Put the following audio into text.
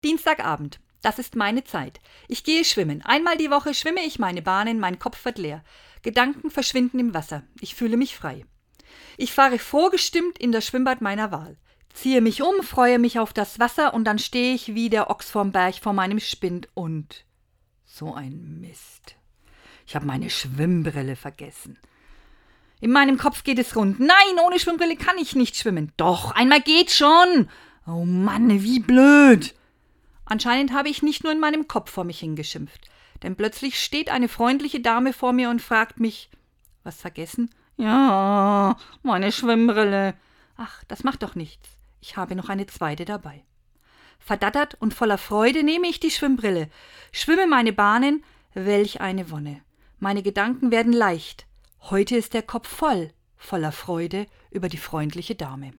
Dienstagabend. Das ist meine Zeit. Ich gehe schwimmen. Einmal die Woche schwimme ich meine Bahnen, mein Kopf wird leer. Gedanken verschwinden im Wasser. Ich fühle mich frei. Ich fahre vorgestimmt in das Schwimmbad meiner Wahl. Ziehe mich um, freue mich auf das Wasser und dann stehe ich wie der Ochs vorm Berg vor meinem Spind und so ein Mist. Ich habe meine Schwimmbrille vergessen. In meinem Kopf geht es rund. Nein, ohne Schwimmbrille kann ich nicht schwimmen. Doch, einmal geht schon. Oh Mann, wie blöd. Anscheinend habe ich nicht nur in meinem Kopf vor mich hingeschimpft. Denn plötzlich steht eine freundliche Dame vor mir und fragt mich, was vergessen? Ja, meine Schwimmbrille. Ach, das macht doch nichts. Ich habe noch eine zweite dabei. Verdattert und voller Freude nehme ich die Schwimmbrille, schwimme meine Bahnen, welch eine Wonne. Meine Gedanken werden leicht. Heute ist der Kopf voller Freude über die freundliche Dame.